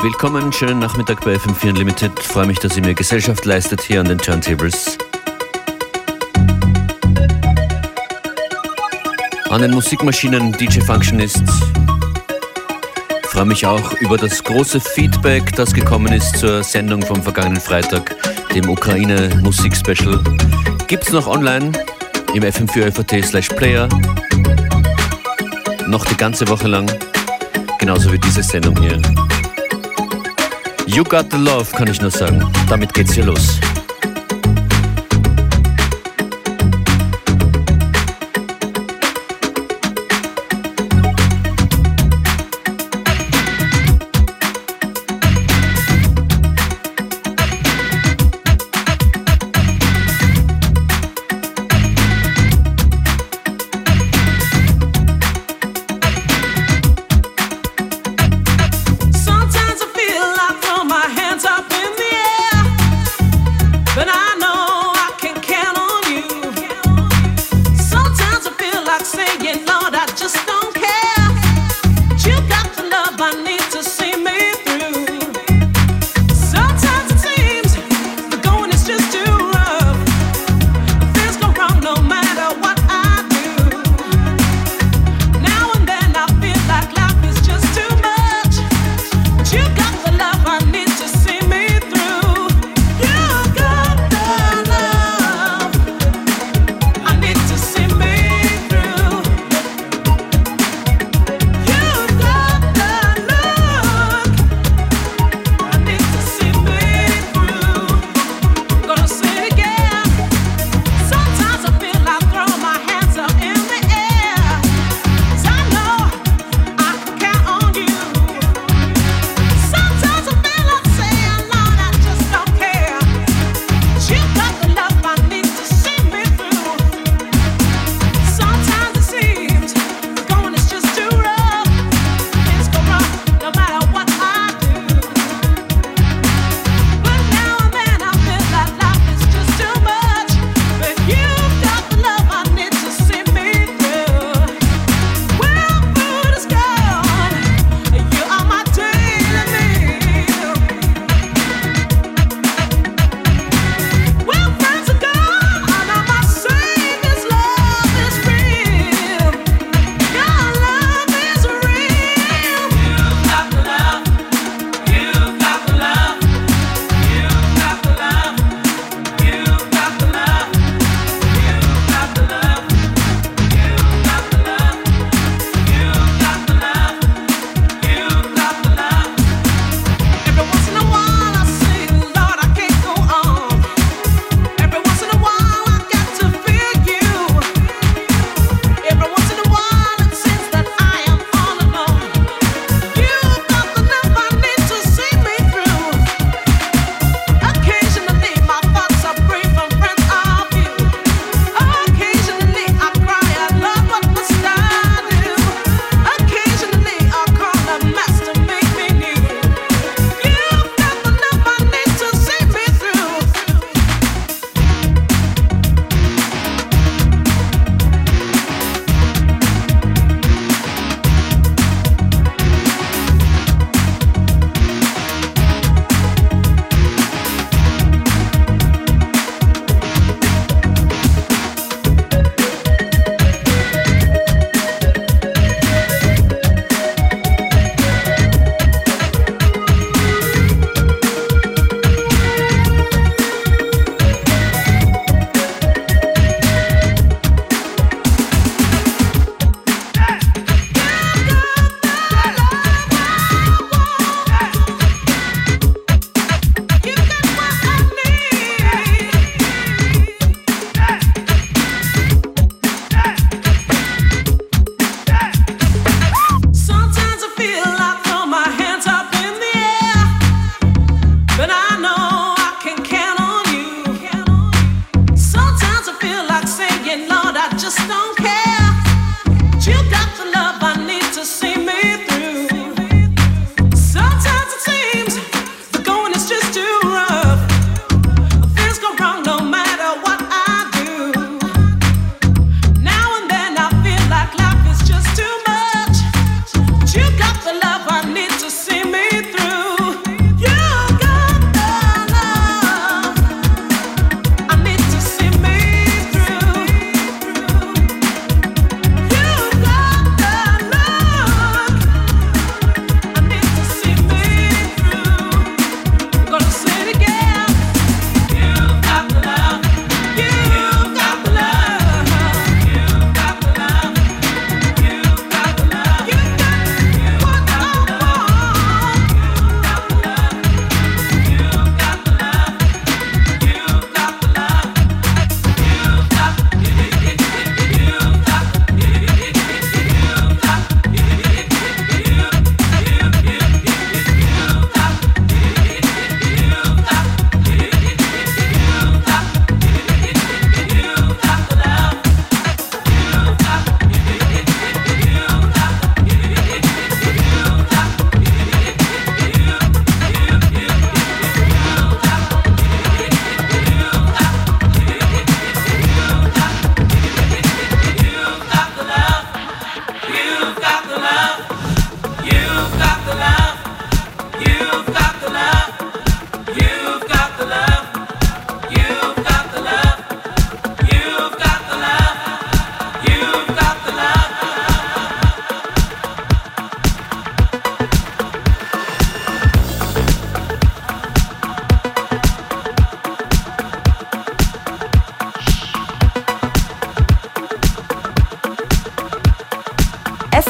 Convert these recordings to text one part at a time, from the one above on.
Willkommen, schönen Nachmittag bei FM4 Unlimited. Ich freue mich, dass ihr mir Gesellschaft leistet hier an den Turntables. An den Musikmaschinen DJ Functionist. Ich freue mich auch über das große Feedback, das gekommen ist zur Sendung vom vergangenen Freitag, dem Ukraine-Musik-Special. Gibt's noch online im fm4.at/player. Noch die ganze Woche lang. Genauso wie diese Sendung hier. You got the love, kann ich nur sagen. Damit geht's hier los. Sometimes I feel like throw my hands up in the air.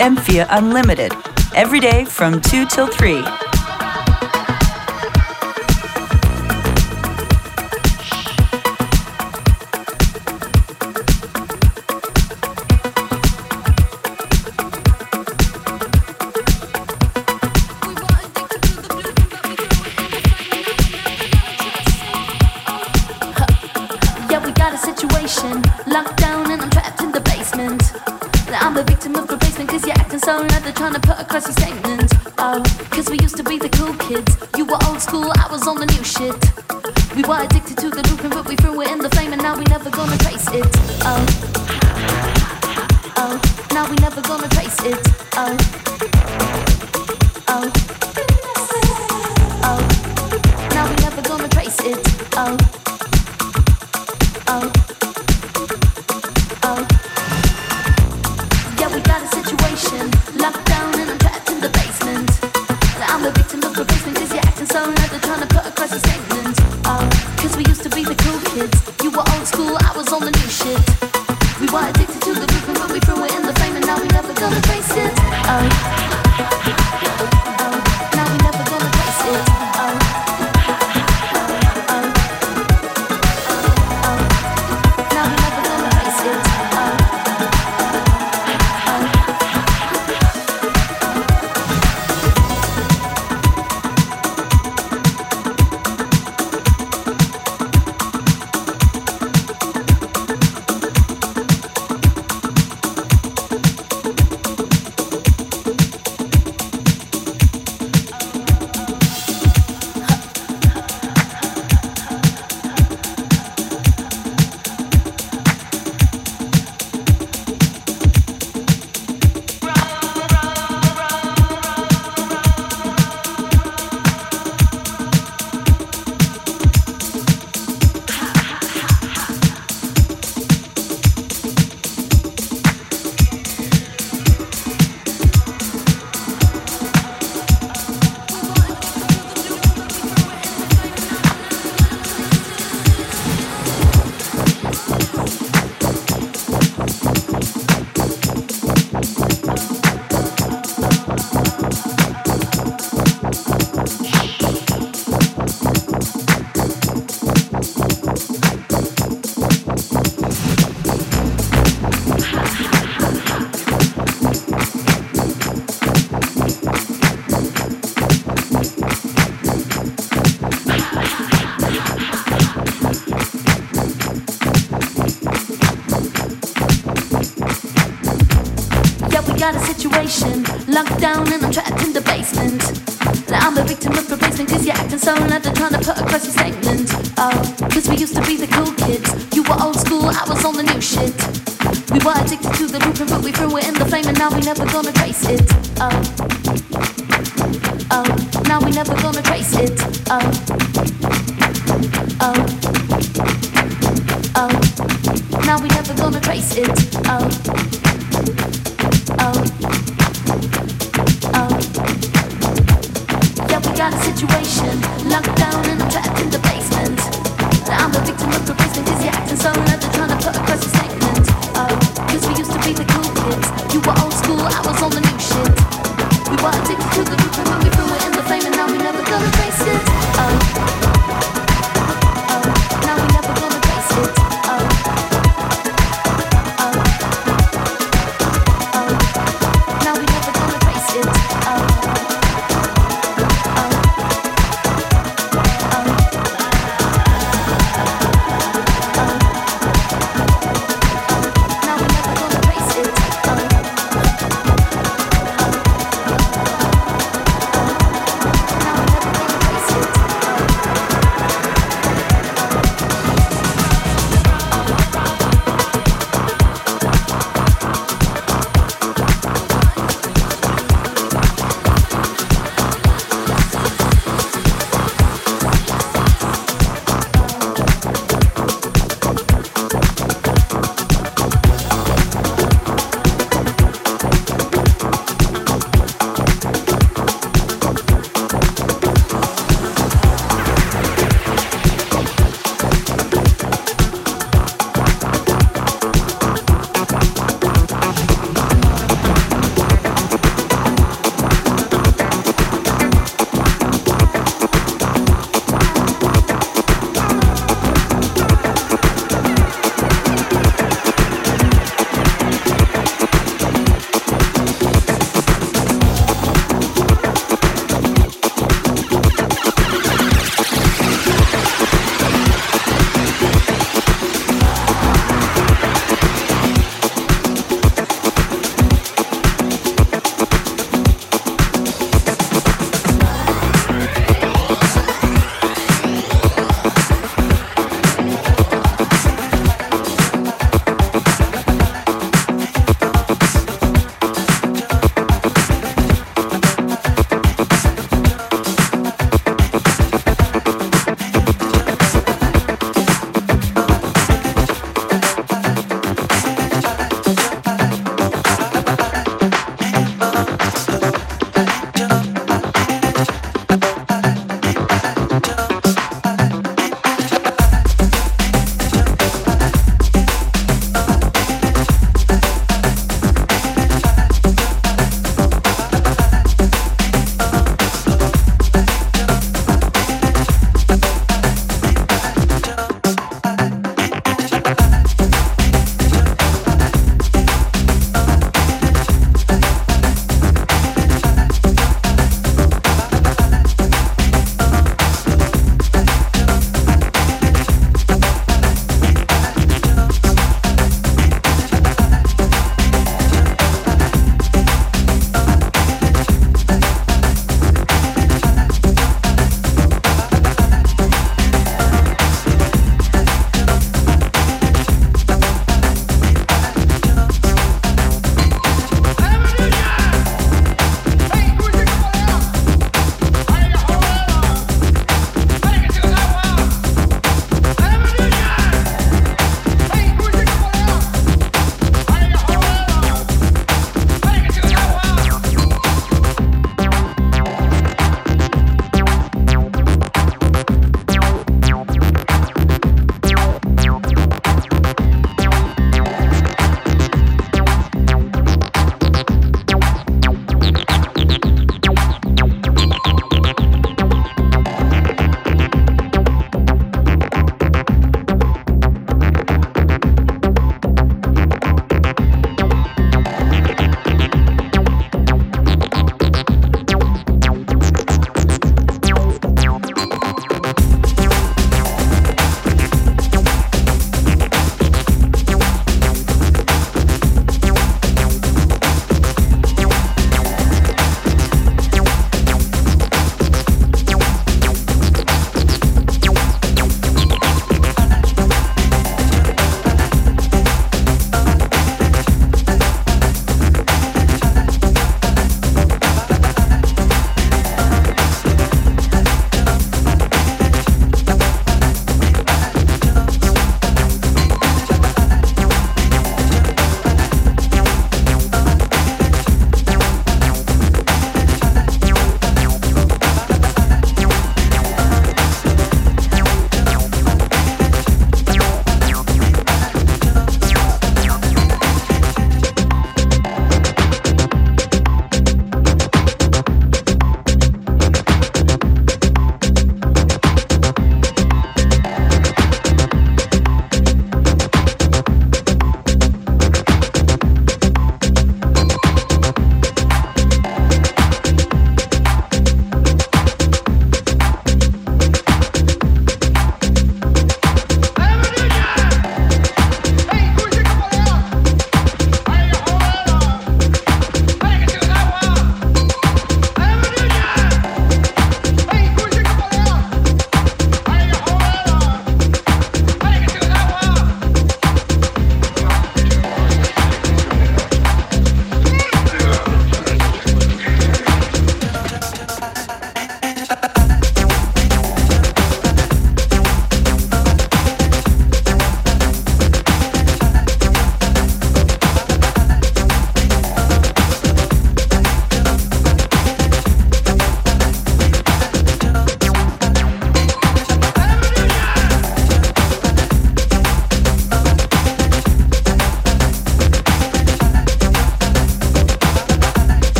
FM4 Unlimited, every day from 2 till 3. Locked down and I'm trapped in the basement. I'm a victim of replacement, cause you're acting so like they're trying to put across your statement. Oh, cause we used to be the cool kids. You were old school, I was on the new shit. We were addicted to the blueprint, but we threw it in the flame, and now we never gonna trace it. Oh, oh, now we never gonna trace it. Oh, oh, oh, now we never gonna trace it. Oh, oh. Locked down and I'm trapped in the basement. I'm a victim of replacement, cause you're acting so like they're trying to put across your statement. Oh, cause we used to be the cool kids. You were old school, I was on the new shit. We were addicted to the blueprint, but we threw it in the flame, and now we never gonna trace it. Oh, oh, now we never gonna trace it. Oh, oh, oh, now we never gonna trace it. Oh. Got a situation, locked down and I'm trapped in the basement. I'm a victim of replacement, cause you're acting so like they're trying to put across your statement. Oh, cause we used to be the cool kids. You were old school, I was on the new shit. We were addicted to the blueprint, but we threw it in the flame, and now we never gonna trace it. Oh, oh, now we never gonna trace it. Oh, oh, oh, now we never gonna trace it. Oh, oh, oh, yeah, we got a situation, locked down and I'm trapped in the basement. I'm a victim of replacement, cause you're acting so like they're trying to put across your statement. Oh, cause we used to be the cool kids. You were old school, I was on the new shit. We were addicted to the blueprint, but we threw it in the flame, and now we never gonna trace it. Oh, oh, now we never gonna trace it. Oh, oh, oh, now we never gonna trace it. Oh, oh, oh, oh.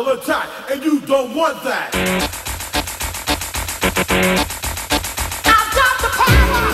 of attack, and you don't want that. I've got the power.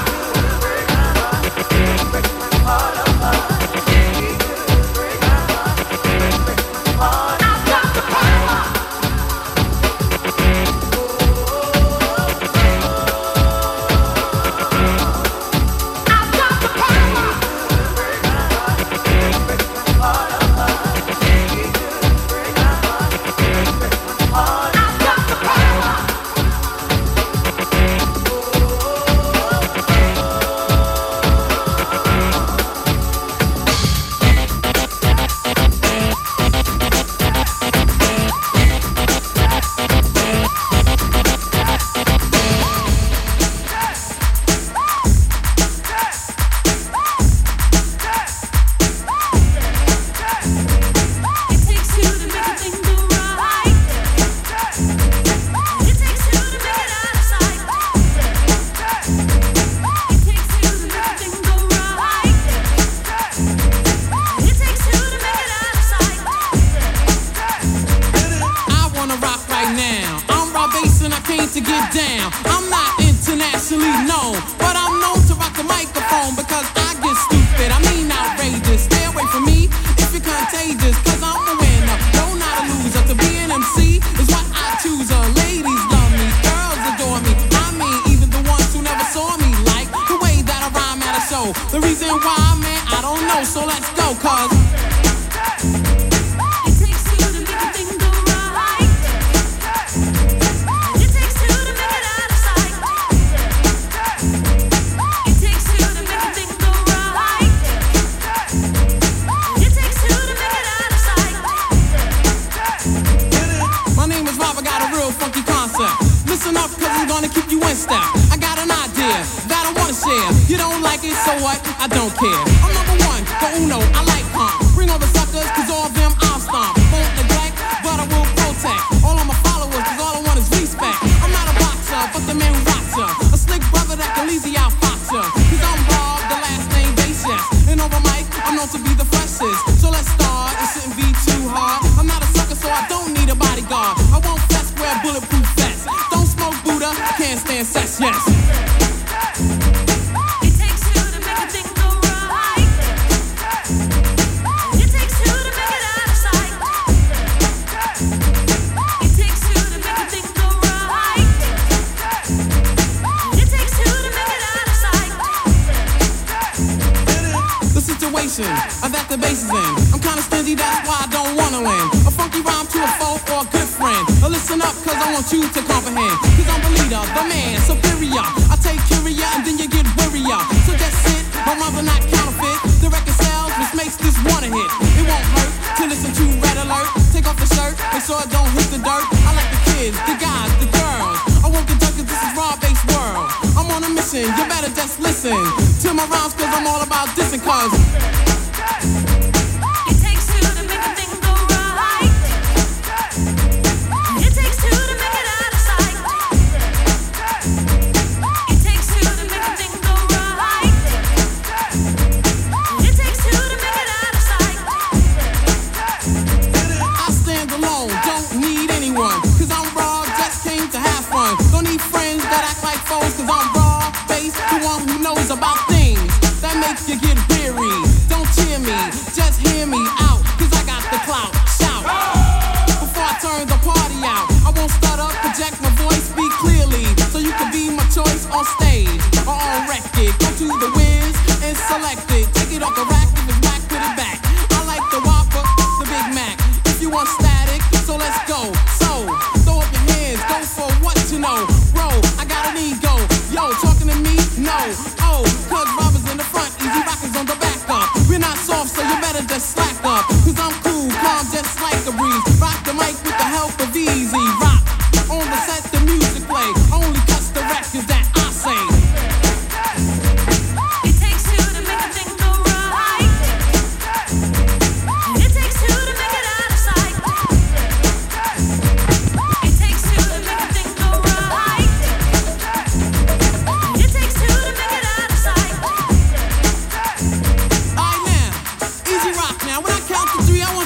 Now when I count to three, I want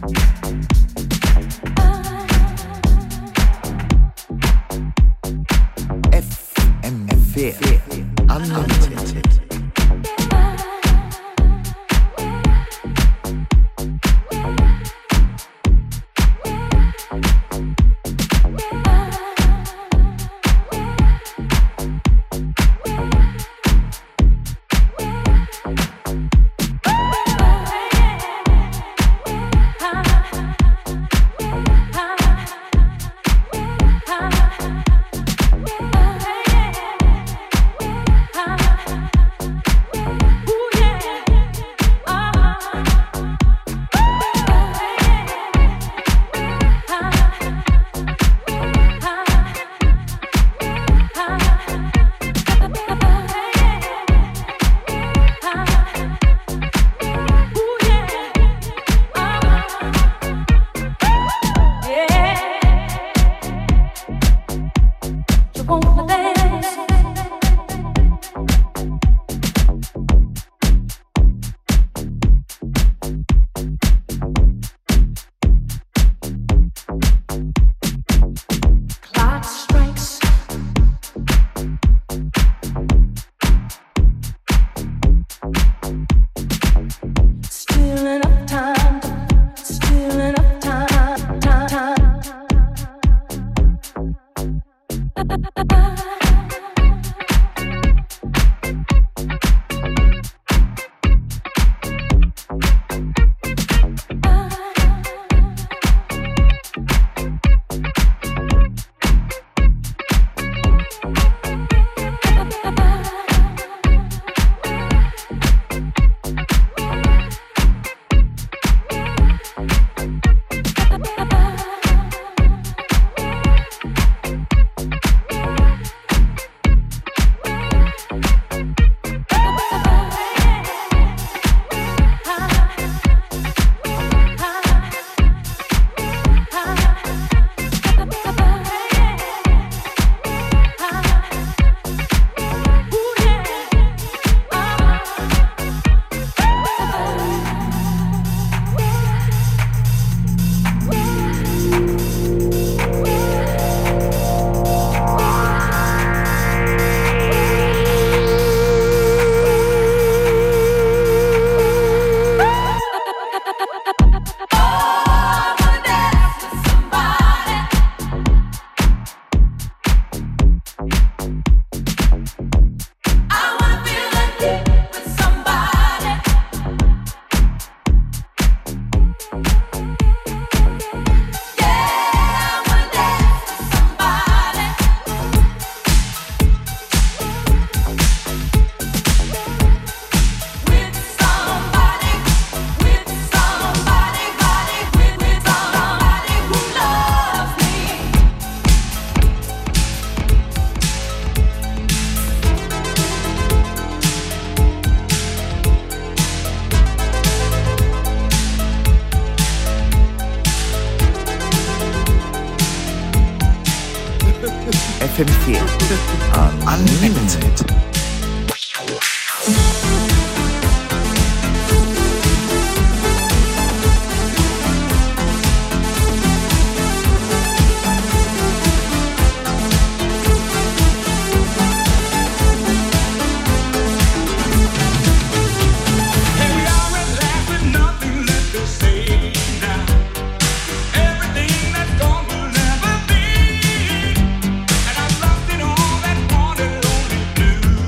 Unlimited. FM4 Unlimited. Blue.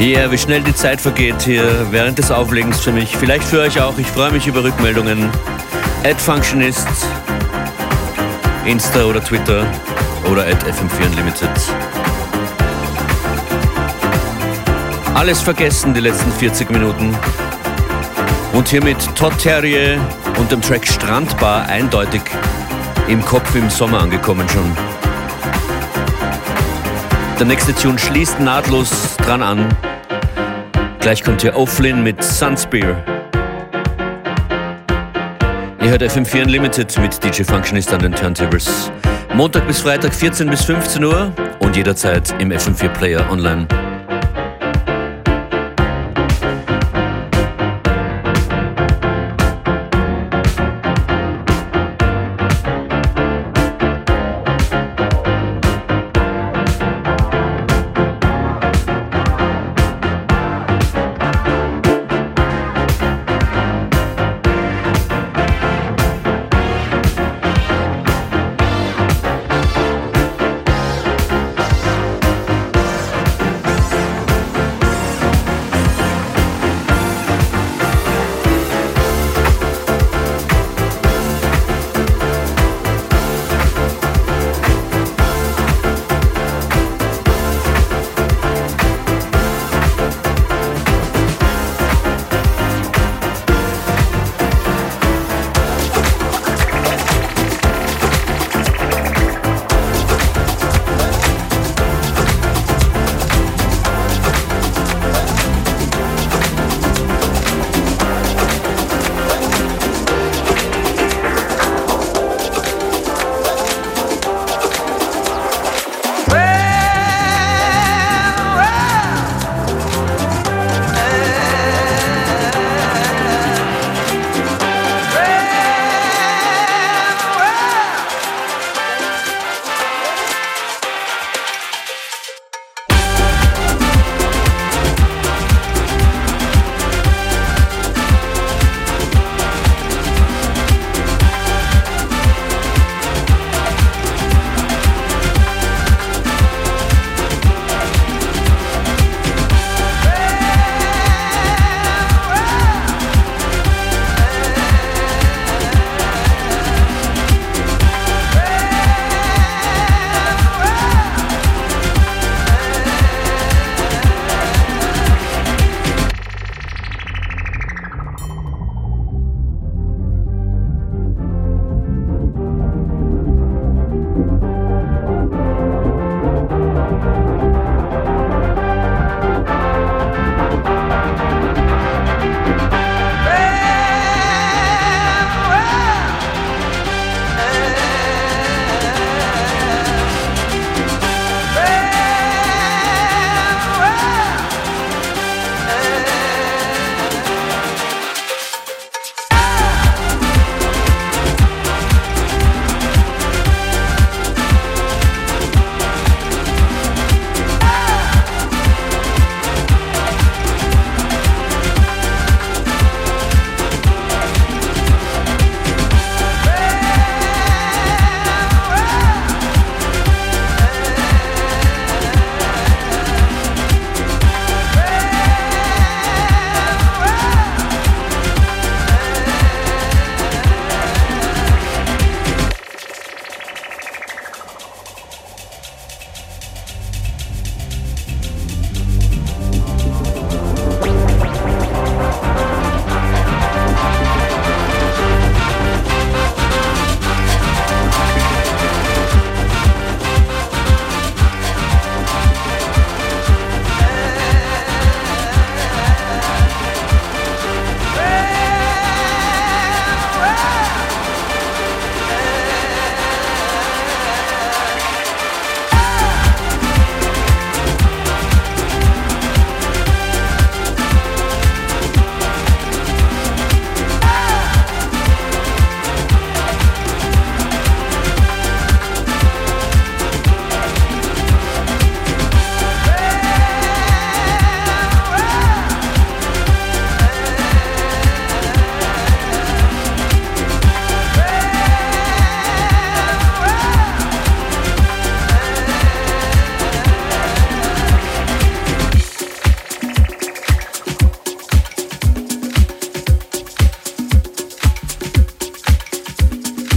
Ja, wie schnell die Zeit vergeht hier während des Auflegens für mich. Vielleicht für euch auch. Ich freue mich über Rückmeldungen. @Functionist, Insta oder Twitter oder @FM4 Unlimited. Alles vergessen, die letzten 40 Minuten. Und hier mit Todd Terje und dem Track Strandbar eindeutig im Kopf im Sommer angekommen schon. Der nächste Tune schließt nahtlos dran an. Gleich kommt hier O'Flynn mit Sunspear. Ihr hört FM4 Unlimited mit DJ Functionist an den Turntables. Montag bis Freitag 14 bis 15 Uhr und jederzeit im FM4 Player online.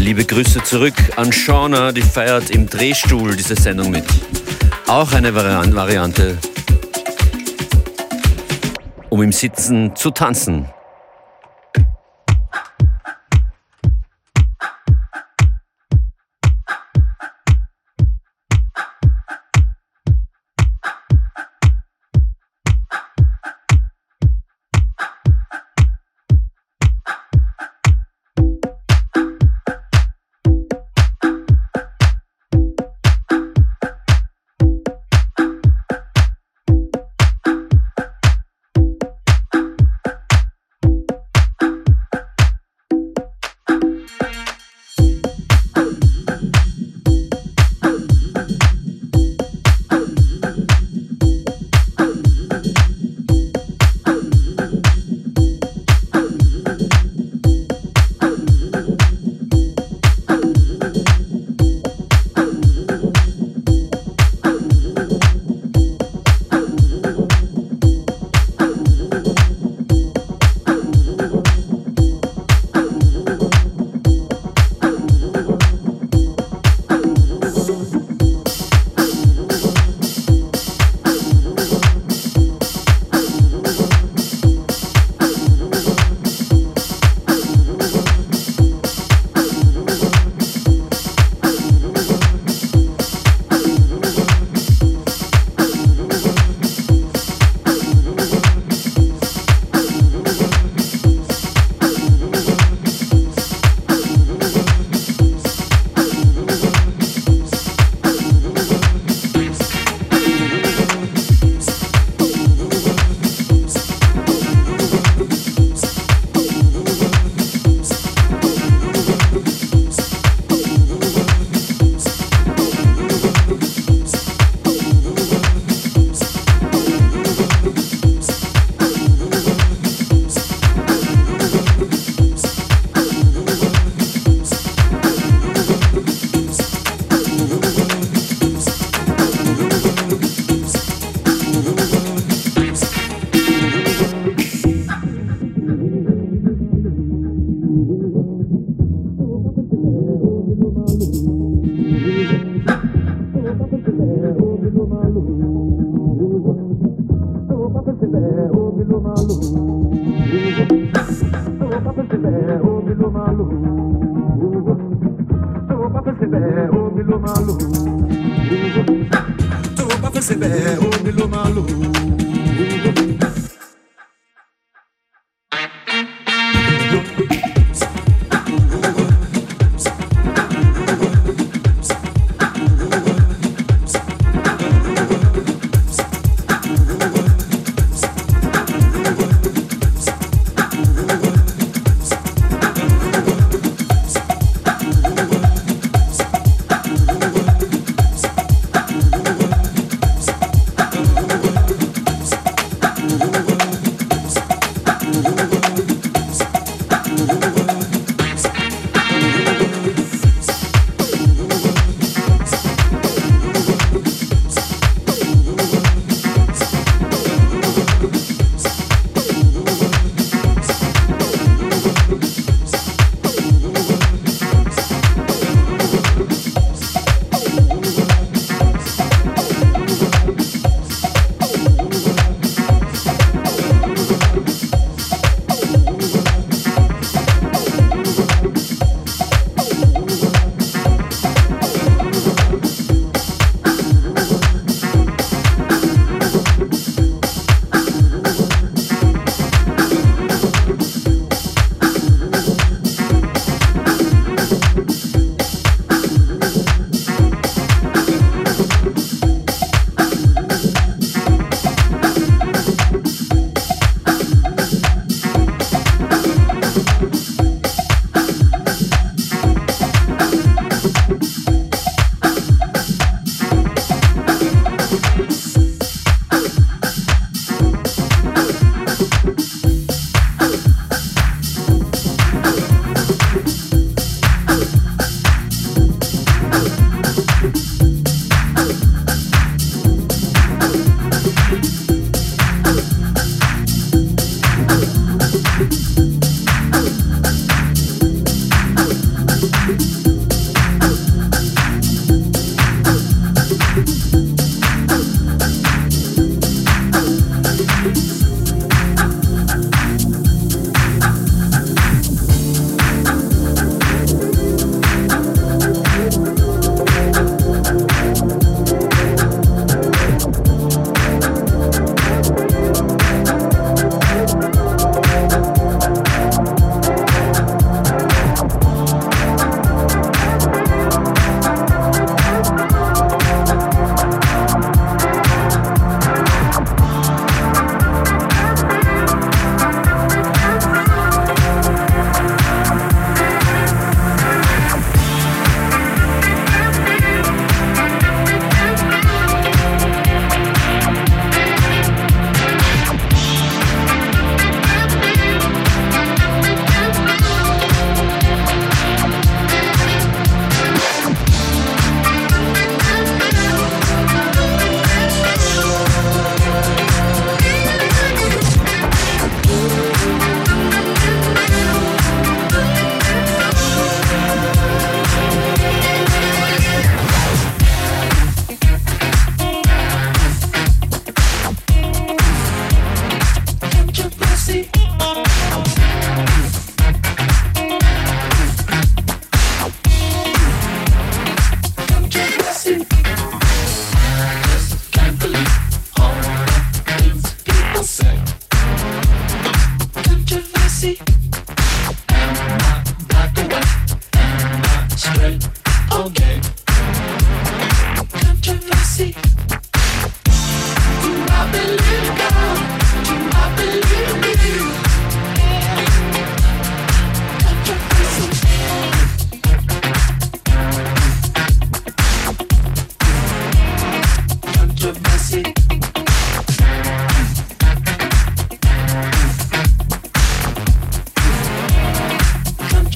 Liebe Grüße zurück an Shauna, die feiert im Drehstuhl diese Sendung mit. Auch eine Variante, um im Sitzen zu tanzen.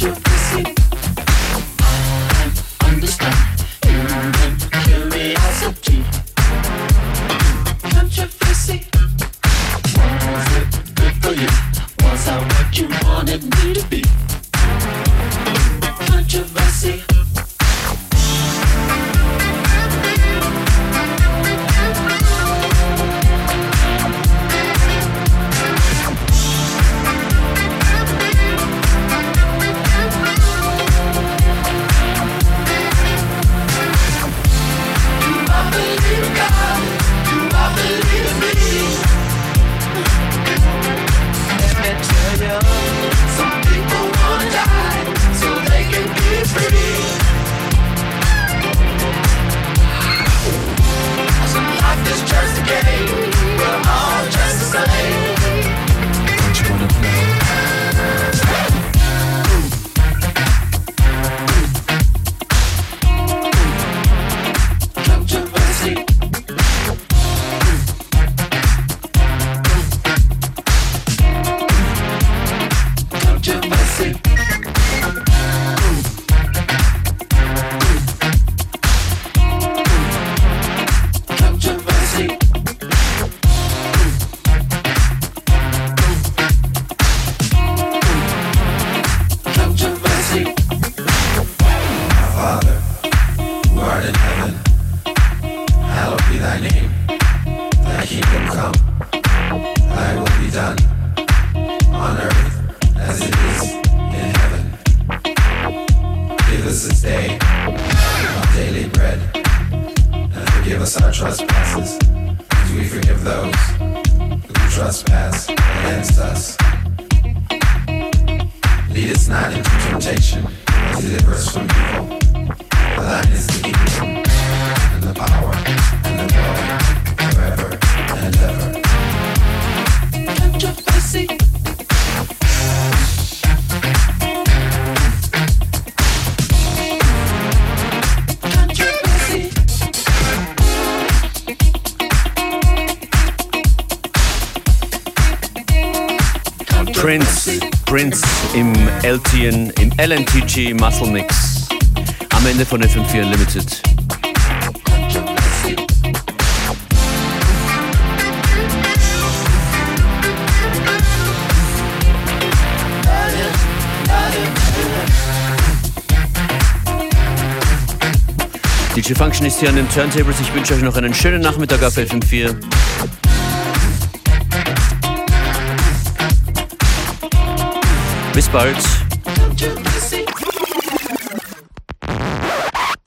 Prince im LNTG Muscle Mix am Ende von FM4 Unlimited. DJ Function ist hier an den Turntables. Ich wünsche euch noch einen schönen Nachmittag auf FM4. Bis bald.